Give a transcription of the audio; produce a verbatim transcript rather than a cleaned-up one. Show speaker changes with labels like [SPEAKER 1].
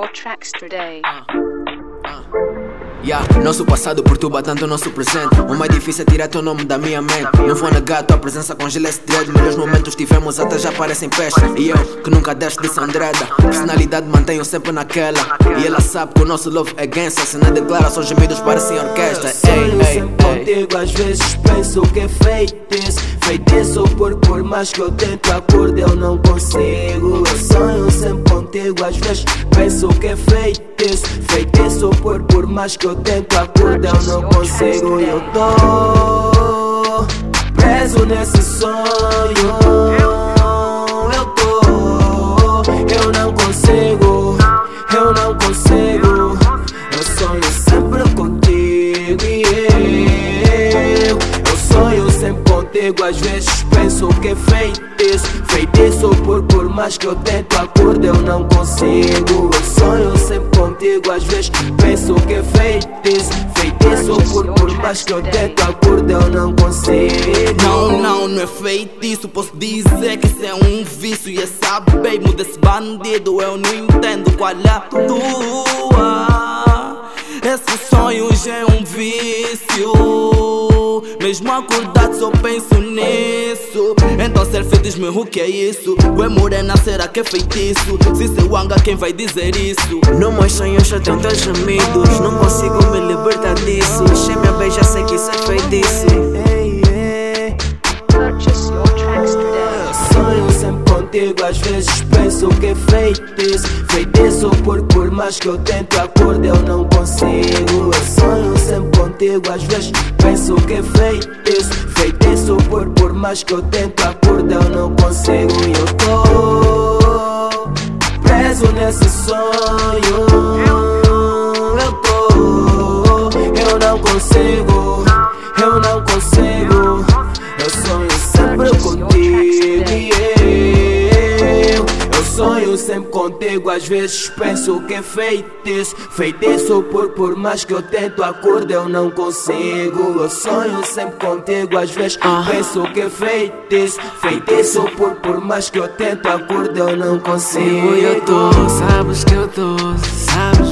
[SPEAKER 1] your tracks today.
[SPEAKER 2] Yeah, nosso passado perturba tanto o nosso presente. O mais difícil é tirar teu nome da minha mente. Não vou negar, tua presença congela esse dread. Melhores momentos tivemos até já parecem peste. E eu, que nunca deste de Sandreda, personalidade mantenho sempre naquela. E ela sabe que o nosso love é gangsta. Se não declara, só gemidos parecem orquestra.
[SPEAKER 3] Sonho sempre contigo, às vezes penso que é feitiço. Feitiço por, por mais que eu tento acordo eu não consigo. Eu sonho sempre contigo, às vezes penso que é feitiço. Feitiço por, por mais que eu tento acordo eu não consigo. E eu tô preso nesse sonho. Eu tô, eu não consigo, eu não consigo. Eu sonho sempre contigo e eu, eu sonho sempre contigo, às vezes penso que é feitiço. Feitiço por, por mais que eu tento acordo eu não consigo. Eu sonho sempre contigo, às vezes penso que é feitiço. Feitiço por, por mais que eu tento acordo eu não consigo.
[SPEAKER 4] Não, não, não é feitiço. Posso dizer que isso é um vício. E essa baby desse bandido eu não entendo qual é a tua. Esse sonho já é um vício. Mesmo acordado só penso nisso. Então selfie diz-me o que é isso. Ué morena, será que é feitiço? Se seu anga, quem vai dizer isso?
[SPEAKER 2] No meus sonhos já tenho tantos gemidos. Não consigo me libertar disso. Enche minha beija, sei que isso é feitiço.
[SPEAKER 1] Purchase your tracks today.
[SPEAKER 3] Sonho sempre contigo, às vezes penso que é feitiço. Feitiço por, por mais que eu tento acordo eu não consigo. Eu sonho sempre contigo, às vezes penso que é feitiço. Feitiço por, por mais que eu tento acordo eu não consigo. E eu tô preso nesse sonho. Eu tô, eu não consigo, eu não consigo. Eu sonho sempre contigo e eu, eu sonho sempre contigo, às vezes penso que é feitiço. Feitiço por, por mais que eu tento acordo eu não consigo. Eu sonho sempre contigo, às vezes penso que é feitiço. Feitiço por, por mais que eu tento acordo eu não consigo.
[SPEAKER 2] E eu tô, sabes que eu tô, sabes